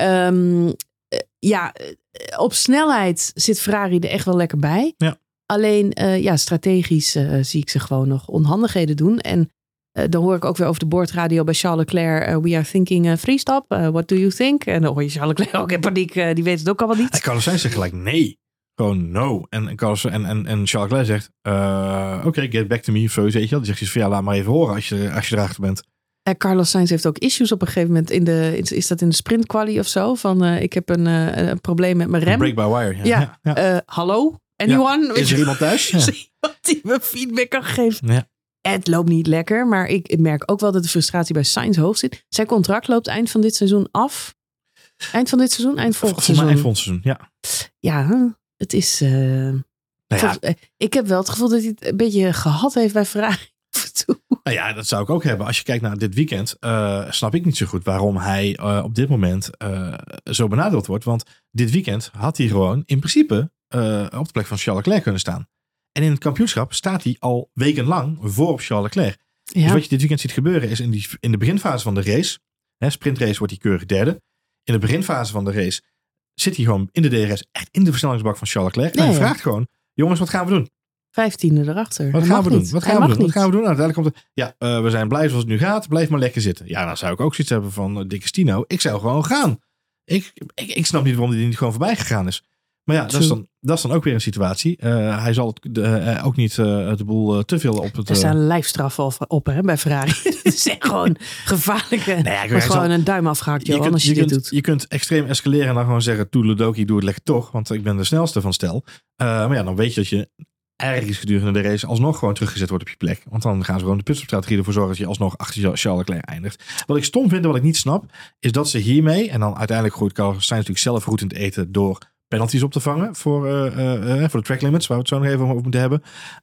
op snelheid zit Ferrari er echt wel lekker bij. Ja. Alleen strategisch zie ik ze gewoon nog onhandigheden doen. En dan hoor ik ook weer over de boordradio bij Charles Leclerc. We are thinking free stop. What do you think? En dan hoor je Charles Leclerc ook in paniek. Die weet het ook allemaal niet. Carlos Sainz zegt gelijk nee. Gewoon no. En Charles Leclerc zegt oké, get back to me. Of zo, weet je wel. Die zegt van laat maar even horen als je erachter bent. Carlos Sainz heeft ook issues op een gegeven moment is dat in de sprintquali of zo? Van ik heb een probleem met mijn rem. Break by wire. Ja. Hallo? Anyone? Ja. Is er iemand thuis? Is er iemand die me feedback kan geven? Ja. Het loopt niet lekker, maar ik merk ook wel dat de frustratie bij Sainz hoog zit. Zijn contract loopt eind van dit seizoen af. Eind van dit seizoen? Eind volgend seizoen? Eind volgend seizoen, ja. Ja, het is... ik heb wel het gevoel dat hij het een beetje gehad heeft bij Ferrari. Nou ja, dat zou ik ook hebben. Als je kijkt naar dit weekend, snap ik niet zo goed waarom hij op dit moment zo benadeeld wordt. Want dit weekend had hij gewoon in principe op de plek van Charles Leclerc kunnen staan. En in het kampioenschap staat hij al wekenlang voor op Charles Leclerc. Ja. Dus wat je dit weekend ziet gebeuren is in de beginfase van de race, sprintrace wordt hij keurig derde. In de beginfase van de race zit hij gewoon in de DRS echt in de versnellingsbak van Charles Leclerc. En hij vraagt gewoon, jongens, wat gaan we doen? 15e erachter. Wat gaan we doen? Wat gaan we doen? Nou, uiteindelijk komt we zijn blij zoals het nu gaat. Blijf maar lekker zitten. Ja, dan zou ik ook zoiets hebben van dikke Stino. Ik zou gewoon gaan. Ik snap niet waarom hij niet gewoon voorbij gegaan is. Maar ja, dat is dan ook weer een situatie. Hij zal ook niet de boel te veel op het... Er staan lijfstraffen op bij Ferrari. Het is echt gewoon gevaarlijke... Nee, wordt gewoon een duim afgehakt, Johan, als je dit doet. Je kunt extreem escaleren en dan gewoon zeggen... Toedeledokie, doe het lekker toch. Want ik ben de snelste van stel. Maar ja, dan weet je dat je ergens gedurende de race alsnog gewoon teruggezet wordt op je plek. Want dan gaan ze gewoon de pitstopstrategie ervoor zorgen dat je alsnog achter Charles Leclerc eindigt. Wat ik stom vind en wat ik niet snap, is dat ze hiermee... En dan uiteindelijk gooit Carlos Sainz natuurlijk zelf goed in het eten door... penalties op te vangen voor de track limits, waar we het zo nog even over moeten hebben.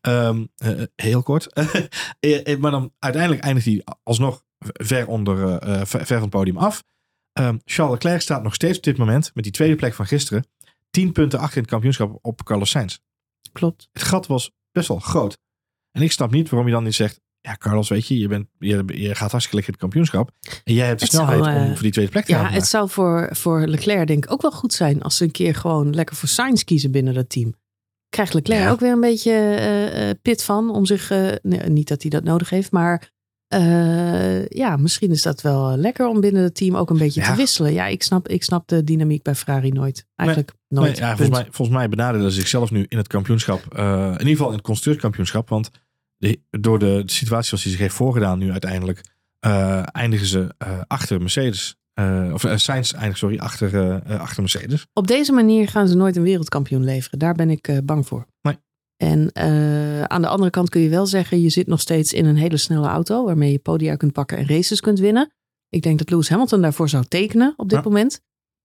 Heel kort. Maar dan uiteindelijk eindigt hij alsnog ver van het podium af. Charles Leclerc staat nog steeds op dit moment met die tweede plek van gisteren 10 punten achter in het kampioenschap op Carlos Sainz. Klopt. Het gat was best wel groot. En ik snap niet waarom je dan niet zegt, ja Carlos, weet je, je gaat hartstikke lekker in het kampioenschap. En jij hebt de snelheid om voor die tweede plek te gaan. Ja, het zou voor Leclerc denk ik ook wel goed zijn als ze een keer gewoon lekker voor Sainz kiezen binnen dat team. Krijgt Leclerc ook weer een beetje pit van om zich, niet dat hij dat nodig heeft, maar misschien is dat wel lekker om binnen het team ook een beetje te wisselen. Ja, ik snap de dynamiek bij Ferrari nooit. Eigenlijk nooit. Nee, volgens mij benaderen ze zichzelf nu in het kampioenschap. In ieder geval in het constructeurskampioenschap. Want door de situatie zoals hij zich heeft voorgedaan nu uiteindelijk eindigen ze achter Mercedes. Sainz eindigt, achter Mercedes. Op deze manier gaan ze nooit een wereldkampioen leveren. Daar ben ik bang voor. Nee. En aan de andere kant kun je wel zeggen, je zit nog steeds in een hele snelle auto waarmee je podia kunt pakken en races kunt winnen. Ik denk dat Lewis Hamilton daarvoor zou tekenen op dit moment.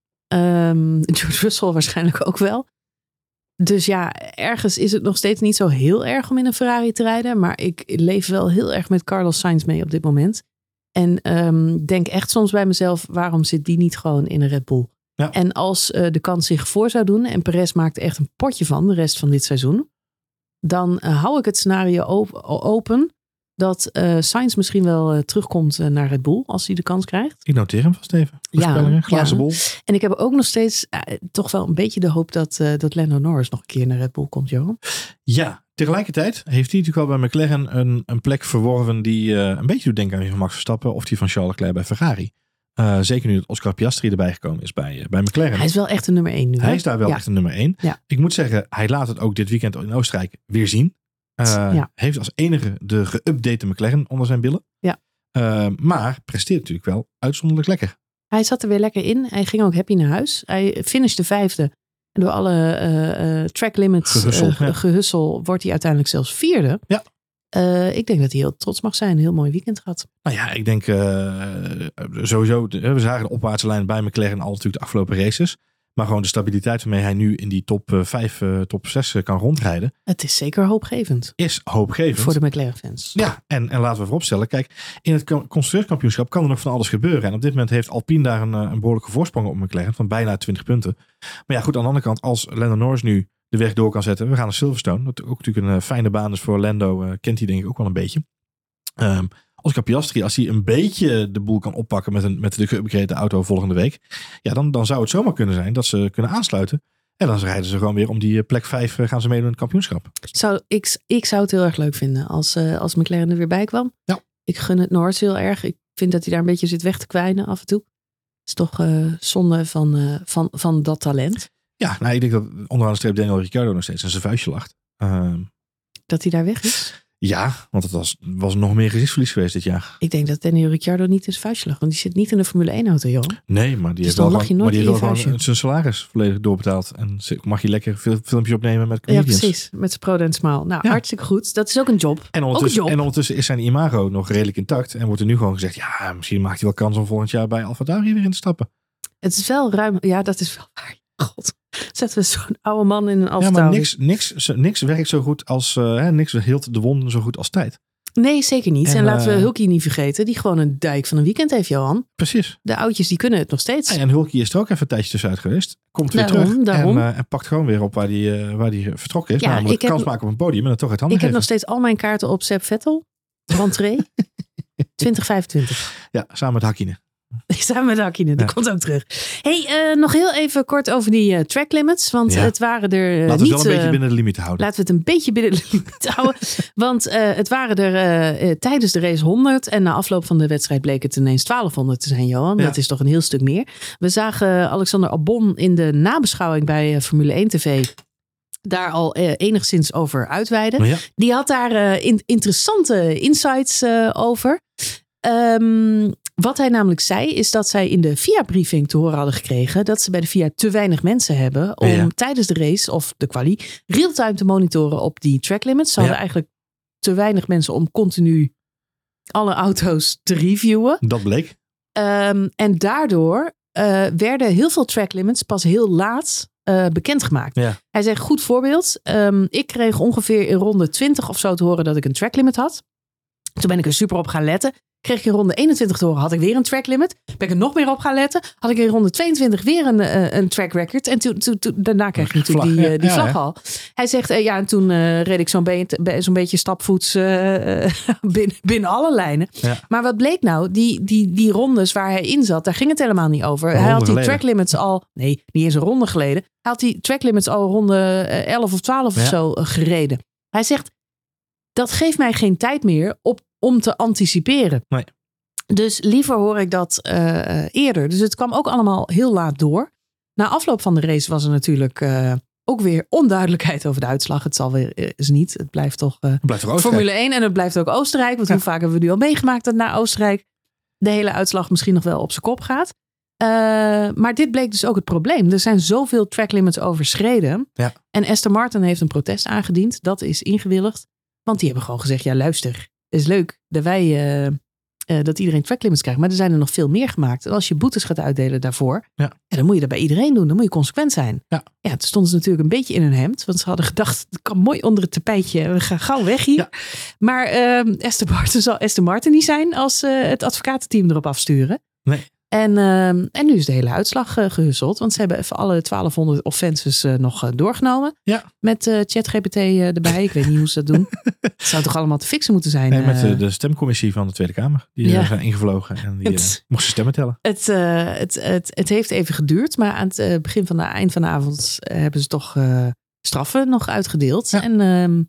George Russell waarschijnlijk ook wel. Dus ja, ergens is het nog steeds niet zo heel erg om in een Ferrari te rijden. Maar ik leef wel heel erg met Carlos Sainz mee op dit moment. En denk echt soms bij mezelf, waarom zit die niet gewoon in een Red Bull? Ja. En als de kans zich voor zou doen en Perez maakt echt een potje van de rest van dit seizoen. Dan hou ik het scenario open dat Sainz misschien wel terugkomt naar Red Bull als hij de kans krijgt. Ik noteer hem vast even. Voorspellingen, glazen bol. En ik heb ook nog steeds toch wel een beetje de hoop dat Lando Norris nog een keer naar Red Bull komt, Johan. Ja, tegelijkertijd heeft hij natuurlijk al bij McLaren een plek verworven die een beetje doet denken aan die van Max Verstappen of die van Charles Leclerc bij Ferrari. Zeker nu dat Oscar Piastri erbij gekomen is bij McLaren. Hij is wel echt de nummer 1 nu. Hij is daar wel echt de nummer 1. Ja. Ik moet zeggen, hij laat het ook dit weekend in Oostenrijk weer zien. Heeft als enige de geüpdate McLaren onder zijn billen. Ja. Maar presteert natuurlijk wel uitzonderlijk lekker. Hij zat er weer lekker in. Hij ging ook happy naar huis. Hij finishte 5e. En door alle track limits gehussel wordt hij uiteindelijk zelfs 4e. Ja. Ik denk dat hij heel trots mag zijn. Een heel mooi weekend gehad. Nou ja, ik denk sowieso. We zagen de opwaartse lijn bij McLaren al natuurlijk de afgelopen races. Maar gewoon de stabiliteit waarmee hij nu in die top 5, top 6 kan rondrijden. Het is zeker hoopgevend. Is hoopgevend. Voor de McLaren-fans. Ja, en laten we vooropstellen. Kijk, in het constructeurskampioenschap kan er nog van alles gebeuren. En op dit moment heeft Alpine daar een behoorlijke voorsprong op McLaren. Van bijna 20 punten. Maar ja, goed, aan de andere kant. Als Lando Norris nu de weg door kan zetten. We gaan naar Silverstone. Wat ook natuurlijk een fijne baan is voor Lando. Kent hij denk ik ook wel een beetje. Oscar Piastri, als hij een beetje de boel kan oppakken met de geüpgrade auto volgende week. Ja, dan zou het zomaar kunnen zijn dat ze kunnen aansluiten. En dan rijden ze gewoon weer om die plek 5 gaan ze meedoen in het kampioenschap. Ik zou het heel erg leuk vinden als McLaren er weer bij kwam. Ja. Ik gun het Norris heel erg. Ik vind dat hij daar een beetje zit weg te kwijnen af en toe. Het is toch zonde van dat talent. Ja, nou, ik denk dat onderaan de streep Daniel Ricciardo nog steeds aan zijn vuistje lacht. Dat hij daar weg is? Ja, want het was nog meer gezichtsverlies geweest dit jaar. Ik denk dat Daniel Ricciardo niet in zijn vuistje lag. Want die zit niet in de Formule 1 auto, joh. Nee, maar die Dus heeft wel gewoon zijn salaris volledig doorbetaald. En mag je lekker filmpjes opnemen met Ja, comedians. precies. Met zijn Pro-Dance Smile. Nou, hartstikke goed. Dat is ook een job. En ondertussen is zijn imago nog redelijk intact. En wordt er nu gewoon gezegd, ja, misschien maakt hij wel kans om volgend jaar bij AlphaTauri weer in te stappen. Het is wel ruim. Ja, dat is wel waar. God. Zetten we zo'n oude man in een AlphaTauri. Ja, maar niks werkt zo goed als... niks hield de wonden zo goed als tijd. Nee, zeker niet. En laten we Hulkie niet vergeten. Die gewoon een dijk van een weekend heeft, Johan. Precies. De oudjes, die kunnen het nog steeds. En Hulkie is er ook even een tijdje tussenuit geweest. Komt weer terug. En pakt gewoon weer op waar die vertrokken is. Ja, namelijk kans maken op een podium en dan toch uit handen Ik heb nog steeds al mijn kaarten op Sepp Vettel. Rentree. 2025. Ja, samen met Hakkinen. Samen met Hakkinen, die komt ook terug. Hey, nog heel even kort over die track limits. Want het waren er Laten we het wel een beetje binnen de limieten houden. Laten we het een beetje binnen de limieten houden. Want het waren er tijdens de race 100. En na afloop van de wedstrijd bleek het ineens 1200 te zijn, Johan. Ja. Dat is toch een heel stuk meer. We zagen Alexander Albon in de nabeschouwing bij Formule 1 TV... daar al enigszins over uitweiden. Ja. Die had daar interessante insights over. Wat hij namelijk zei, is dat zij in de FIA-briefing te horen hadden gekregen dat ze bij de FIA te weinig mensen hebben om tijdens de race of de quali real-time te monitoren op die track limits. Ze hadden eigenlijk te weinig mensen om continu alle auto's te reviewen. Dat bleek. En daardoor werden heel veel track limits pas heel laat bekendgemaakt. Ja. Hij zegt, goed voorbeeld. Ik kreeg ongeveer in ronde 20 of zo te horen dat ik een track limit had. Toen ben ik er super op gaan letten. Kreeg ik in ronde 21 te horen, had ik weer een track limit. Ben ik er nog meer op gaan letten. Had ik in ronde 22 weer een track record. En daarna kreeg ik natuurlijk die vlag al. Hij zegt, en toen reed ik zo'n beetje stapvoets binnen alle lijnen. Ja. Maar wat bleek nou? Die rondes waar hij in zat, daar ging het helemaal niet over. Hij had die track limits al, nee, niet eens een ronde geleden. Hij had die track limits al ronde 11 of 12 of zo gereden. Hij zegt, dat geeft mij geen tijd meer om te anticiperen. Nee. Dus liever hoor ik dat eerder. Dus het kwam ook allemaal heel laat door. Na afloop van de race was er natuurlijk ook weer onduidelijkheid over de uitslag. Het zal weer eens niet. Het blijft toch Formule 1 en het blijft ook Oostenrijk. Want hoe vaak hebben we nu al meegemaakt dat na Oostenrijk de hele uitslag misschien nog wel op zijn kop gaat. Maar dit bleek dus ook het probleem. Er zijn zoveel track limits overschreden. Ja. En Aston Martin heeft een protest aangediend. Dat is ingewilligd. Want die hebben gewoon gezegd, ja luister, het is leuk dat iedereen track limits krijgt. Maar er zijn er nog veel meer gemaakt. En als je boetes gaat uitdelen daarvoor, dan moet je dat bij iedereen doen. Dan moet je consequent zijn. Ja, toen stonden ze natuurlijk een beetje in hun hemd. Want ze hadden gedacht, het kan mooi onder het tapijtje. We gaan gauw weg hier. Ja. Maar Aston Martin zal Aston Martin niet zijn als het advocatenteam erop afsturen. Nee. En nu is de hele uitslag gehusseld. Want ze hebben even alle 1200 offenses nog doorgenomen. Ja. Met ChatGPT erbij. Ik weet niet hoe ze dat doen. Het zou toch allemaal te fixen moeten zijn? Nee, met de stemcommissie van de Tweede Kamer. Die zijn ingevlogen. En die moesten stemmen tellen. Het heeft even geduurd. Maar aan het begin van eind van de avond hebben ze toch straffen nog uitgedeeld. Ja. En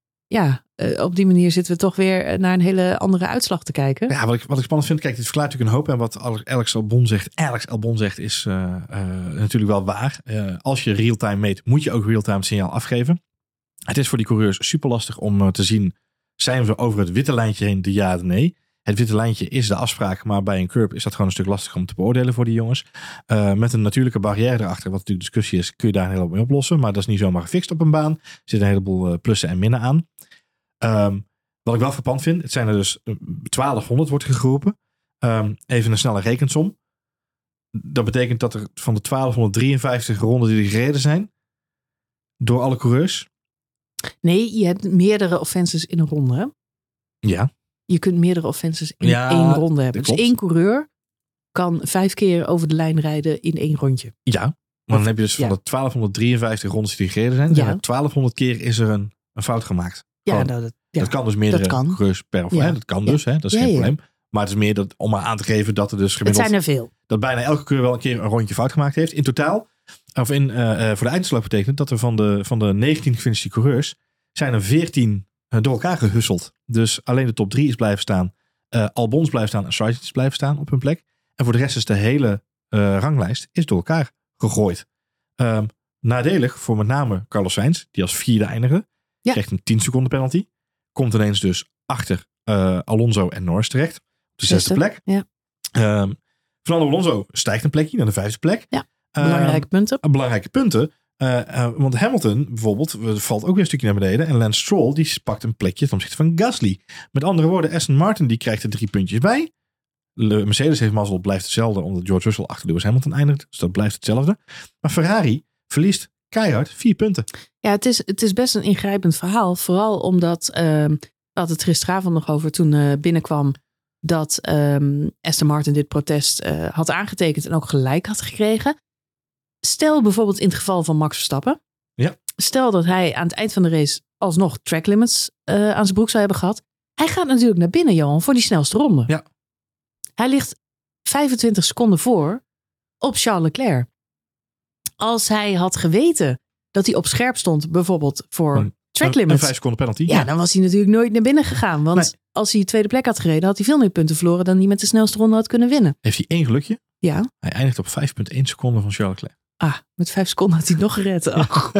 op die manier zitten we toch weer naar een hele andere uitslag te kijken. Ja, wat ik spannend vind, kijk, dit verklaart natuurlijk een hoop. En wat Alex Albon zegt is natuurlijk wel waar. Als je real-time meet, moet je ook real-time het signaal afgeven. Het is voor die coureurs super lastig om te zien, zijn we over het witte lijntje heen, de ja of nee. Het witte lijntje is de afspraak, maar bij een curb is dat gewoon een stuk lastig om te beoordelen voor die jongens. Met een natuurlijke barrière erachter, wat natuurlijk discussie is, kun je daar een heleboel mee oplossen. Maar dat is niet zomaar gefixt op een baan. Er zitten een heleboel plussen en minnen aan. Wat ik wel frappant vind, het zijn er dus 1200 wordt geroepen. Even een snelle rekensom. Dat betekent dat er van de 1253 ronden die er gereden zijn, door alle coureurs. Nee, je hebt meerdere offenses in een ronde. Hè? Ja. Je kunt meerdere offenses in één ronde hebben. Dus één coureur kan 5 keer over de lijn rijden in 1 rondje. Ja, maar dan heb je dus van de 1253 rondes die gereden zijn, 1200 keer is er een fout gemaakt. Ja, dat kan dus meerdere coureurs per of dat kan dus, hè, dat is geen probleem. Maar het is meer om maar aan te geven dat er dus gemiddeld... Het zijn er veel. Dat bijna elke coureur wel een keer een rondje fout gemaakt heeft. In totaal, voor de eindslag betekent dat er van de 19 gefinishte coureurs zijn er 14 door elkaar gehusseld. Dus alleen de top 3 is blijven staan. Albons blijven staan en Sargent is blijven staan op hun plek. En voor de rest is de hele ranglijst is door elkaar gegooid. Nadelig voor met name Carlos Sainz, die als 4e eindigde. Krijgt een 10 seconden penalty. Komt ineens dus achter Alonso en Norris terecht. Op de 6e plek. Ja. Fernando Alonso stijgt een plekje naar de 5e plek. Ja, belangrijke punten. Belangrijke punten. Want Hamilton bijvoorbeeld valt ook weer een stukje naar beneden. En Lance Stroll die pakt een plekje ten opzichte van Gasly. Met andere woorden, Aston Martin die krijgt er 3 puntjes bij. Mercedes heeft mazzel, blijft hetzelfde. Omdat George Russell achter Lewis Hamilton eindigt. Dus dat blijft hetzelfde. Maar Ferrari verliest keihard 4 punten. Ja, het is best een ingrijpend verhaal. Vooral omdat, we hadden het gisteravond nog over toen binnenkwam dat Aston Martin dit protest had aangetekend en ook gelijk had gekregen. Stel bijvoorbeeld in het geval van Max Verstappen. Ja. Stel dat hij aan het eind van de race alsnog track limits aan zijn broek zou hebben gehad. Hij gaat natuurlijk naar binnen, Johan, voor die snelste ronde. Ja. Hij ligt 25 seconden voor op Charles Leclerc. Als hij had geweten dat hij op scherp stond, bijvoorbeeld voor track limits. Een 5 seconden penalty. Ja, dan was hij natuurlijk nooit naar binnen gegaan. Want als hij 2e plek had gereden, had hij veel meer punten verloren dan hij met de snelste ronde had kunnen winnen. Heeft hij 1 gelukje? Ja. Hij eindigt op 5,1 seconden van Charles Leclerc. Met 5 seconden had hij het nog gered. Oh.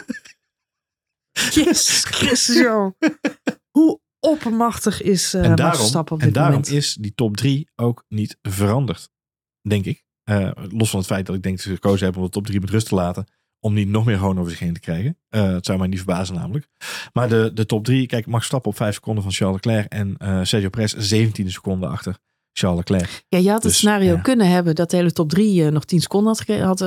Yes, Christus, joh. Hoe oppermachtig is Max Verstappen op dit daarom moment. is die top 3 ook niet veranderd. Denk ik. Los van het feit dat ik denk dat ze gekozen hebben om de top 3 met rust te laten. Om niet nog meer hoon over zich heen te krijgen. Het zou mij niet verbazen namelijk. Maar de top 3, kijk, Max Verstappen op 5 seconden van Charles Leclerc. En Sergio Perez 17 seconden achter Charles Leclerc. Ja, je had het scenario kunnen hebben dat de hele top 3 nog 10 seconden had.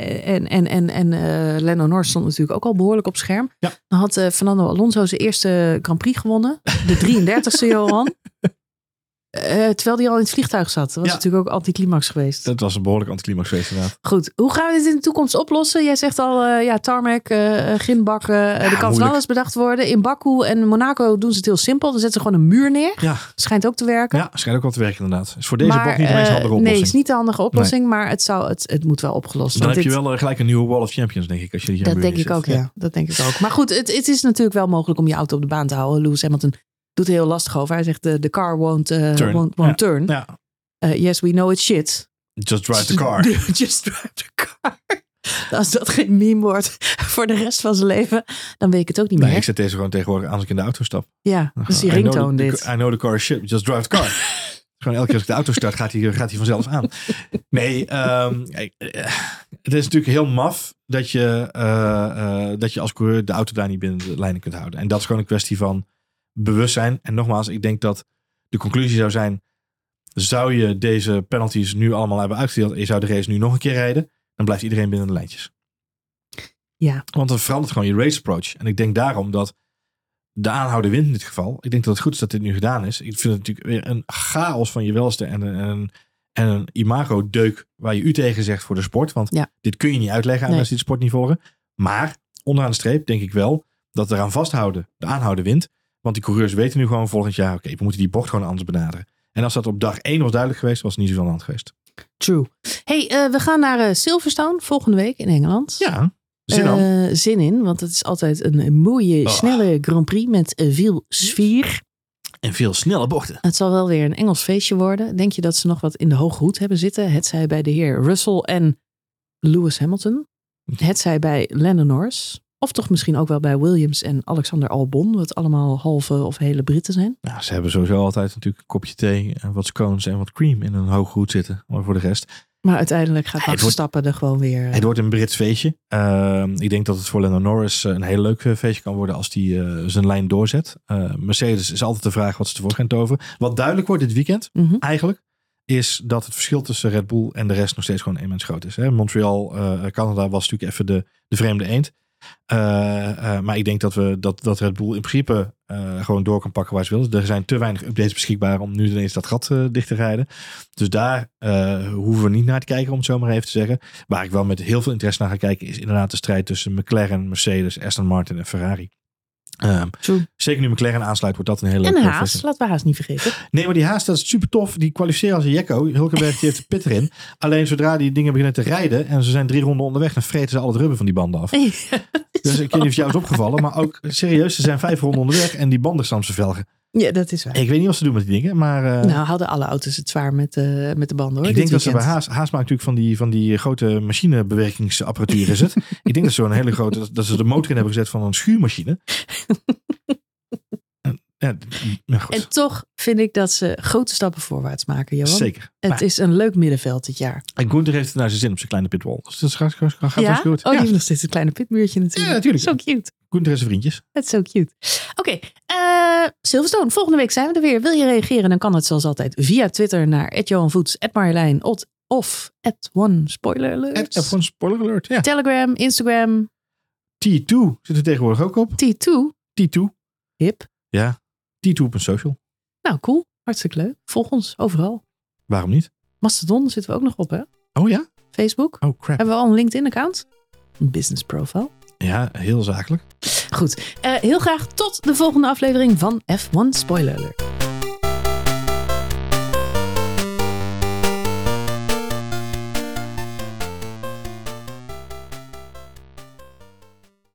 En Lando Norris stond natuurlijk ook al behoorlijk op scherm. Ja. Dan had Fernando Alonso zijn eerste Grand Prix gewonnen. De 33ste, Johan. Terwijl hij al in het vliegtuig zat. Dat was natuurlijk ook anticlimax geweest. Dat was een behoorlijk anticlimax geweest inderdaad. Goed, hoe gaan we dit in de toekomst oplossen? Jij zegt al, tarmac, grindbakken. Er kan van alles bedacht worden. In Baku en Monaco doen ze het heel simpel. Dan zetten ze gewoon een muur neer. Ja. Schijnt ook te werken. Ja, schijnt ook wel te werken inderdaad. Is voor deze bocht niet de meest handige oplossing. Nee, het is niet de handige oplossing. Nee. Maar het moet wel opgelost worden. Dan heb je wel gelijk een nieuwe Wall of Champions, denk ik. Als je die dat denk ik ook, ja. Dat denk ik ook. Maar goed, het is natuurlijk wel mogelijk om je auto op de baan te houden. Lewis Hamilton doet er heel lastig over. Hij zegt de car won't turn. Ja. Yes, we know it's shit. Just drive the car. Just drive the car. Als dat geen meme wordt voor de rest van zijn leven, dan weet ik het ook niet meer. Ik zet deze gewoon tegenwoordig aan als ik in de auto stap. Ja, dus die ringtone dit. I know the car is shit. Just drive the car. Gewoon elke keer als ik de auto start, gaat hij vanzelf aan. Nee, het is natuurlijk heel maf dat je als coureur de auto daar niet binnen de lijnen kunt houden. En dat is gewoon een kwestie van bewustzijn. En nogmaals, ik denk dat de conclusie zou zijn, zou je deze penalties nu allemaal hebben uitgedeeld en je zou de race nu nog een keer rijden, dan blijft iedereen binnen de lijntjes. Ja. Want dan verandert gewoon je race approach. En ik denk daarom dat de aanhouder wint in dit geval. Ik denk dat het goed is dat dit nu gedaan is. Ik vind het natuurlijk weer een chaos van je welste en een imago-deuk waar je u tegen zegt voor de sport. Want dit kun je niet uitleggen aan mensen die de sport niet volgen. Maar onderaan de streep denk ik wel dat eraan vasthouden de aanhouder wint. Want die coureurs weten nu gewoon volgend jaar, oké, we moeten die bocht gewoon anders benaderen. En als dat op dag 1 was duidelijk geweest, was het niet zoveel aan de hand geweest. True. Hey, we gaan naar Silverstone volgende week in Engeland. Ja, zin in, want het is altijd een mooie, snelle Grand Prix met veel sfeer. En veel snelle bochten. Het zal wel weer een Engels feestje worden. Denk je dat ze nog wat in de hoge hoed hebben zitten? Hetzij bij de heer Russell en Lewis Hamilton. Hetzij bij Lando Norris. Of toch misschien ook wel bij Williams en Alexander Albon. Wat allemaal halve of hele Britten zijn. Ja, ze hebben sowieso altijd natuurlijk een kopje thee, wat scones en wat cream in een hoge hoed zitten. Maar voor de rest... Maar uiteindelijk gaat Max Verstappen er gewoon weer... Het wordt een Brits feestje. Ik denk dat het voor Lando Norris een heel leuk feestje kan worden als hij zijn lijn doorzet. Mercedes is altijd de vraag wat ze tevoorschijn toveren. Wat duidelijk wordt dit weekend eigenlijk, is dat het verschil tussen Red Bull en de rest nog steeds gewoon immens groot is. Hè? Montreal, Canada was natuurlijk even de vreemde eend. Maar ik denk dat Red Bull in principe gewoon door kan pakken waar ze willen. Er zijn te weinig updates beschikbaar om nu ineens dat gat dicht te rijden. Dus daar hoeven we niet naar te kijken, om het zo maar even te zeggen. Waar ik wel met heel veel interesse naar ga kijken is inderdaad de strijd tussen McLaren, Mercedes, Aston Martin en Ferrari. Zeker nu McLaren aansluit, wordt dat een hele leuke En Haas, laten we Haas niet vergeten. Nee, maar die Haas, dat is super tof. Die kwalificeren als een jekko. Hulkenberg die heeft de pit erin. Alleen zodra die dingen beginnen te rijden en ze zijn 3 ronden onderweg, dan vreten ze al het rubber van die banden af. Ja, dus ik weet niet of het jou is opgevallen, maar ook serieus, ze zijn 5 ronden onderweg en die banden staan op zijn velgen. Ja, dat is waar. Ik weet niet wat ze doen met die dingen, maar... Nou, hadden alle auto's het zwaar met de banden, hoor. Ik denk dat ze bij Haas maakt natuurlijk van die grote machinebewerkingsapparatuur is het. Ik denk dat ze zo'n hele grote, dat ze de motor in hebben gezet van een schuurmachine. Ja, goed. En toch vind ik dat ze grote stappen voorwaarts maken, Johan. Zeker. Het is een leuk middenveld dit jaar. En Gunther heeft het naar zijn zin op zijn kleine pitwall. Dus dat gaat best goed. Die heeft nog steeds een kleine pitmuurtje natuurlijk. Ja, natuurlijk. Zo cute. Gunther en zijn vriendjes. Het is zo cute. Oké, Silverstone. Volgende week zijn we er weer. Wil je reageren? Dan kan het zoals altijd via Twitter naar @JohanVoets, @Marjolein of @OneSpoilerAlert. @OneSpoilerAlert, ja. Telegram, Instagram. T2 zit er tegenwoordig ook op. T2. Hip. Ja, T2.social. Nou, cool. Hartstikke leuk. Volg ons overal. Waarom niet? Mastodon zitten we ook nog op, hè? Oh ja? Facebook. Oh crap. Hebben we al een LinkedIn-account? Een business profile. Ja, heel zakelijk. Goed. Heel graag tot de volgende aflevering van F1 Spoiler Alert.